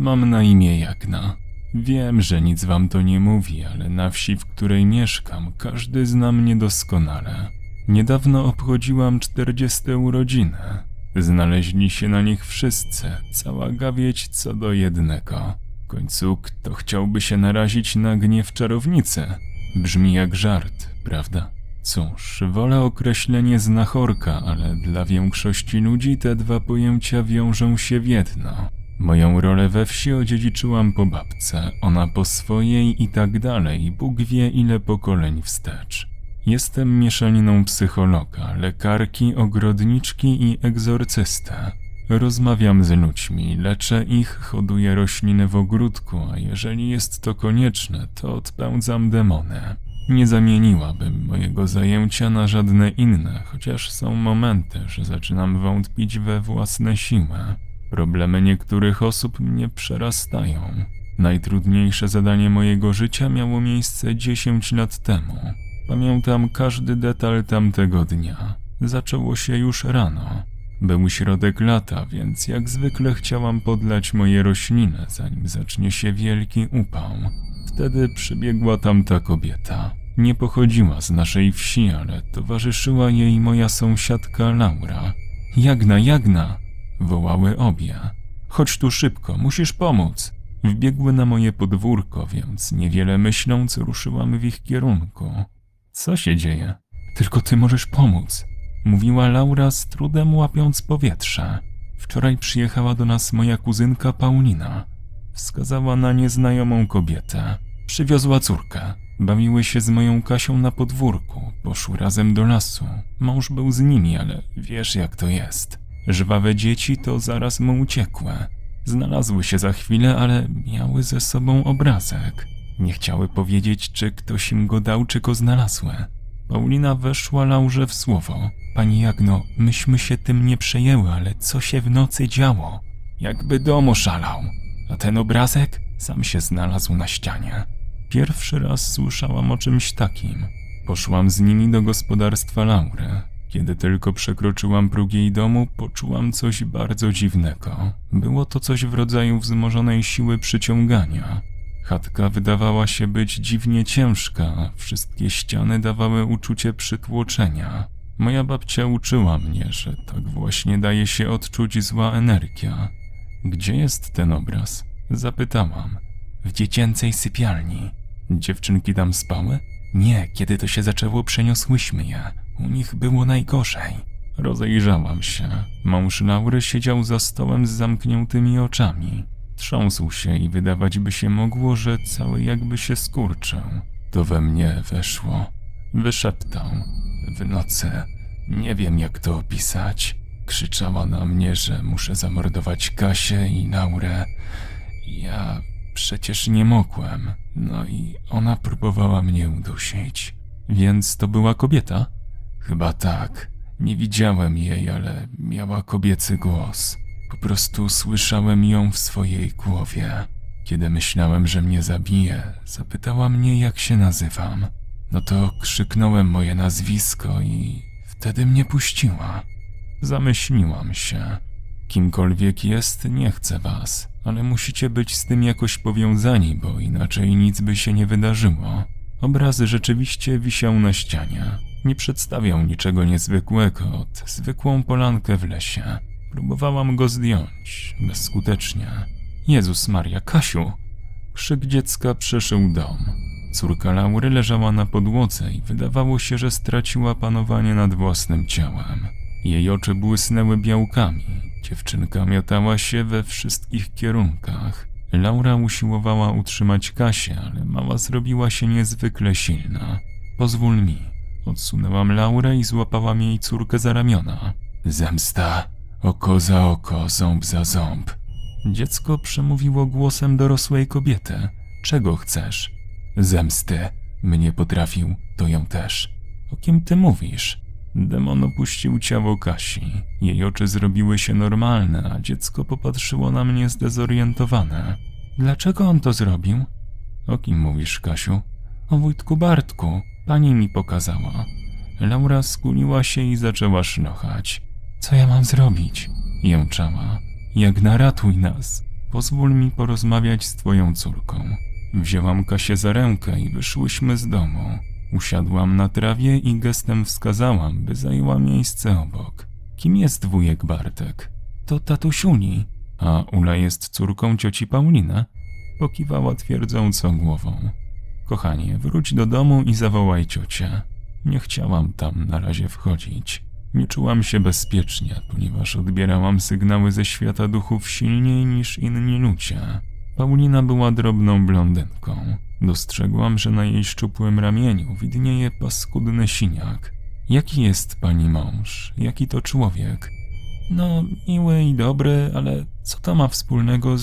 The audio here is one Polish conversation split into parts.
Mam na imię Jagna. Wiem, że nic wam to nie mówi, ale na wsi, w której mieszkam, każdy zna mnie doskonale. Niedawno obchodziłam 40 urodziny. Znaleźli się na nich wszyscy, cała gawieć co do jednego. W końcu kto chciałby się narazić na gniew czarownicy? Brzmi jak żart, prawda? Cóż, wolę określenie znachorka, ale dla większości ludzi te dwa pojęcia wiążą się w jedno. Moją rolę we wsi odziedziczyłam po babce, ona po swojej i tak dalej, Bóg wie ile pokoleń wstecz. Jestem mieszaniną psychologa, lekarki, ogrodniczki i egzorcysty. Rozmawiam z ludźmi, leczę ich, hoduję rośliny w ogródku, a jeżeli jest to konieczne, to odpędzam demony. Nie zamieniłabym mojego zajęcia na żadne inne, chociaż są momenty, że zaczynam wątpić we własne siły. Problemy niektórych osób mnie przerastają. Najtrudniejsze zadanie mojego życia miało miejsce 10 lat temu. Pamiętam każdy detal tamtego dnia. Zaczęło się już rano. Był środek lata, więc jak zwykle chciałam podlać moje rośliny, zanim zacznie się wielki upał. Wtedy przybiegła tamta kobieta. Nie pochodziła z naszej wsi, ale towarzyszyła jej moja sąsiadka Laura. Jagna, Jagna! Wołały obie. Chodź tu szybko, musisz pomóc. Wbiegły na moje podwórko, więc niewiele myśląc ruszyłam w ich kierunku. Co się dzieje? Tylko ty możesz pomóc, mówiła Laura z trudem łapiąc powietrze. Wczoraj przyjechała do nas moja kuzynka Paulina. Wskazała na nieznajomą kobietę. Przywiozła córkę. Bawiły się z moją Kasią na podwórku. Poszły razem do lasu. Mąż był z nimi, ale wiesz jak to jest. Żwawe dzieci to zaraz mu uciekły. Znalazły się za chwilę, ale miały ze sobą obrazek. Nie chciały powiedzieć, czy ktoś im go dał, czy go znalazły. Paulina weszła Laurze w słowo. Pani Jagno, myśmy się tym nie przejęły, ale co się w nocy działo? Jakby dom oszalał. A ten obrazek sam się znalazł na ścianie. Pierwszy raz słyszałam o czymś takim. Poszłam z nimi do gospodarstwa Laury. Kiedy tylko przekroczyłam próg jej domu, poczułam coś bardzo dziwnego. Było to coś w rodzaju wzmożonej siły przyciągania. Chatka wydawała się być dziwnie ciężka, a wszystkie ściany dawały uczucie przytłoczenia. Moja babcia uczyła mnie, że tak właśnie daje się odczuć zła energia. Gdzie jest ten obraz? Zapytałam. W dziecięcej sypialni. Dziewczynki tam spały? Nie, kiedy to się zaczęło, przeniosłyśmy je. U nich było najgorzej. Rozejrzałam się. Mąż Laury siedział za stołem z zamkniętymi oczami. Trząsł się i wydawać by się mogło, że cały jakby się skurczył. To we mnie weszło. Wyszeptał. W nocy, nie wiem jak to opisać, krzyczała na mnie, że muszę zamordować Kasię i Laurę. Ja przecież nie mogłem. No i ona próbowała mnie udusić. Więc to była kobieta? Chyba tak. Nie widziałem jej, ale miała kobiecy głos. Po prostu słyszałem ją w swojej głowie. Kiedy myślałem, że mnie zabije, zapytała mnie, jak się nazywam. No to krzyknąłem moje nazwisko i wtedy mnie puściła. Zamyśliłam się. Kimkolwiek jest, nie chcę was, ale musicie być z tym jakoś powiązani, bo inaczej nic by się nie wydarzyło. Obraz rzeczywiście wisiał na ścianie. Nie przedstawiał niczego niezwykłego, od zwykłą polankę w lesie. Próbowałam go zdjąć, bezskutecznie. Jezus Maria, Kasiu! Krzyk dziecka przeszył dom. Córka Laury leżała na podłodze i wydawało się, że straciła panowanie nad własnym ciałem. Jej oczy błysnęły białkami. Dziewczynka miotała się we wszystkich kierunkach. Laura usiłowała utrzymać Kasię, ale mała zrobiła się niezwykle silna. Pozwól mi. Odsunęłam Laurę i złapałam jej córkę za ramiona. Zemsta. Oko za oko, ząb za ząb. Dziecko przemówiło głosem dorosłej kobiety. Czego chcesz? Zemsty. Mnie potrafił, to ją też. O kim ty mówisz? Demon opuścił ciało Kasi. Jej oczy zrobiły się normalne, a dziecko popatrzyło na mnie zdezorientowane. Dlaczego on to zrobił? O kim mówisz, Kasiu? O wujtku Bartku. Pani mi pokazała. Laura skuliła się i zaczęła szlochać. Co ja mam zrobić? Jęczała. Jagna, ratuj nas. Pozwól mi porozmawiać z twoją córką. Wzięłam Kasię za rękę i wyszłyśmy z domu. Usiadłam na trawie i gestem wskazałam, by zajęła miejsce obok. Kim jest wujek Bartek? To tatuś Uli. A Ula jest córką cioci Pauliny? Pokiwała twierdząco głową. Kochanie, wróć do domu i zawołaj ciocię. Nie chciałam tam na razie wchodzić. Nie czułam się bezpiecznie, ponieważ odbierałam sygnały ze świata duchów silniej niż inni ludzie. Paulina była drobną blondynką. Dostrzegłam, że na jej szczupłym ramieniu widnieje paskudny siniak. Jaki jest pani mąż? Jaki to człowiek? No, miły i dobry, ale co to ma wspólnego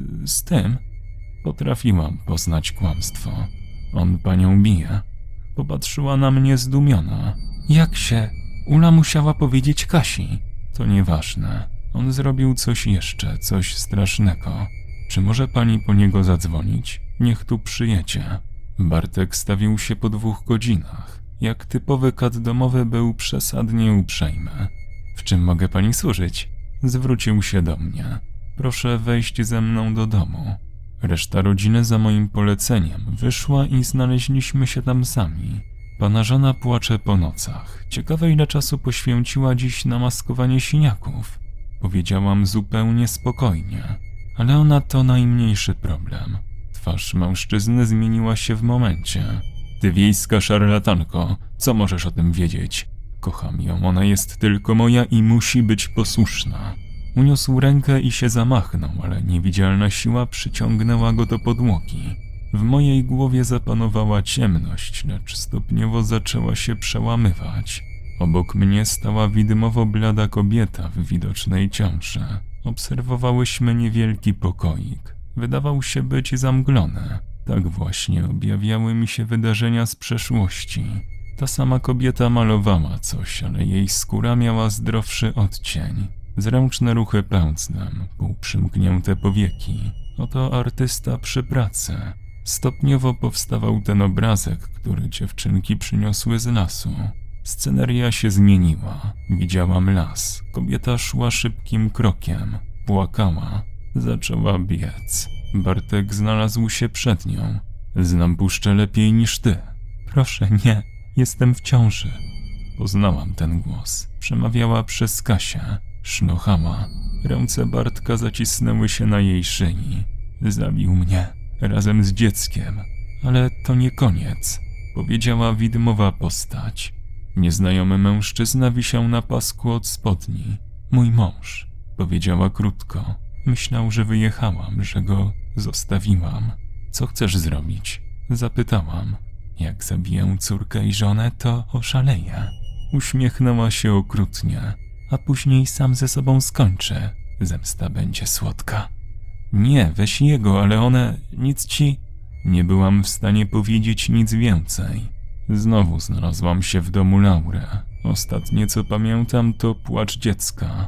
z tym? Potrafiłam poznać kłamstwo. On panią bije. Popatrzyła na mnie zdumiona. Jak się? Ula musiała powiedzieć Kasi. To nieważne. On zrobił coś jeszcze, coś strasznego. Czy może pani po niego zadzwonić? Niech tu przyjedzie. Bartek stawił się po 2 godzinach. Jak typowy kat domowy był przesadnie uprzejmy. W czym mogę pani służyć? Zwrócił się do mnie. Proszę wejść ze mną do domu. Reszta rodziny za moim poleceniem wyszła i znaleźliśmy się tam sami. Pana żona płacze po nocach. Ciekawe, ile czasu poświęciła dziś na maskowanie siniaków. Powiedziałam zupełnie spokojnie, ale ona to najmniejszy problem. Twarz mężczyzny zmieniła się w momencie. Ty wiejska szarlatanko, co możesz o tym wiedzieć? Kocham ją, ona jest tylko moja i musi być posłuszna. Uniósł rękę i się zamachnął, ale niewidzialna siła przyciągnęła go do podłogi. W mojej głowie zapanowała ciemność, lecz stopniowo zaczęła się przełamywać. Obok mnie stała widmowo blada kobieta w widocznej ciąży. Obserwowałyśmy niewielki pokoik. Wydawał się być zamglony. Tak właśnie objawiały mi się wydarzenia z przeszłości. Ta sama kobieta malowała coś, ale jej skóra miała zdrowszy odcień. Zręczne ruchy pędzlem, półprzymknięte powieki. Oto artysta przy pracy. Stopniowo powstawał ten obrazek, który dziewczynki przyniosły z lasu. Sceneria się zmieniła. Widziałam las. Kobieta szła szybkim krokiem. Płakała. Zaczęła biec. Bartek znalazł się przed nią. Znam puszczę lepiej niż ty. Proszę, nie. Jestem w ciąży. Poznałam ten głos. Przemawiała przez Kasię. Szlochała. Ręce Bartka zacisnęły się na jej szyi. Zabił mnie. Razem z dzieckiem. Ale to nie koniec. Powiedziała widmowa postać. Nieznajomy mężczyzna wisiał na pasku od spodni. Mój mąż. Powiedziała krótko. Myślał, że wyjechałam, że go zostawiłam. Co chcesz zrobić? Zapytałam. Jak zabiję córkę i żonę, to oszaleję. Uśmiechnęła się okrutnie. A później sam ze sobą skończę. Zemsta będzie słodka. Nie, weź jego, ale one nic ci... Nie byłam w stanie powiedzieć nic więcej. Znowu znalazłam się w domu Laury. Ostatnie co pamiętam to płacz dziecka.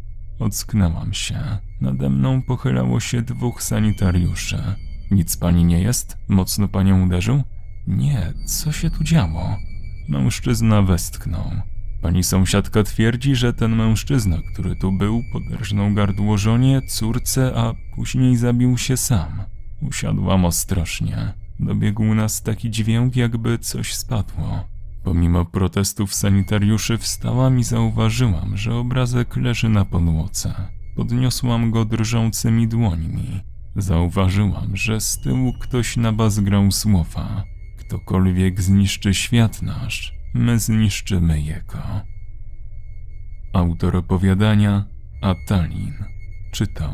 Ocknęłam się. Nade mną pochylało się 2 sanitariuszy. Nic pani nie jest? Mocno panią uderzył? Nie, co się tu działo? Mężczyzna westchnął. Pani sąsiadka twierdzi, że ten mężczyzna, który tu był, poderżnął gardło żonie, córce, a później zabił się sam. Usiadłam ostrożnie. Dobiegł nas taki dźwięk, jakby coś spadło. Pomimo protestów sanitariuszy wstałam i zauważyłam, że obrazek leży na podłodze. Podniosłam go drżącymi dłońmi. Zauważyłam, że z tyłu ktoś nabazgrał słowa. Ktokolwiek zniszczy świat nasz, my zniszczymy jego. Autor opowiadania Atalin. Czytał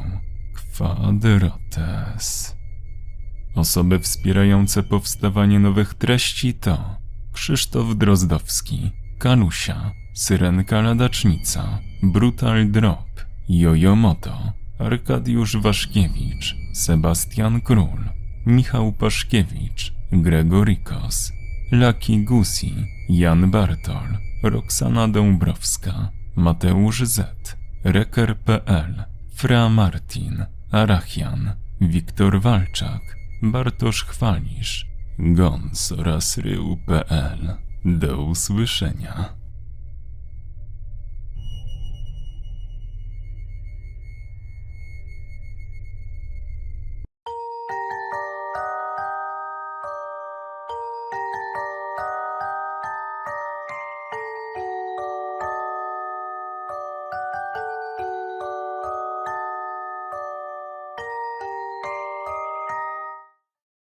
Kwadrotes. Osoby wspierające powstawanie nowych treści to Krzysztof Drozdowski, Kalusia, Syrenka Ladacznica, Brutal Drop, Jojo Moto, Arkadiusz Waszkiewicz, Sebastian Król, Michał Paszkiewicz, Gregorikos, Lucky Gusi, Jan Bartol, Roxana Dąbrowska, Mateusz Z, Reker.pl, Fra Martin, Arachian, Wiktor Walczak, Bartosz Chwalisz, Gons oraz Rył.pl. Do usłyszenia.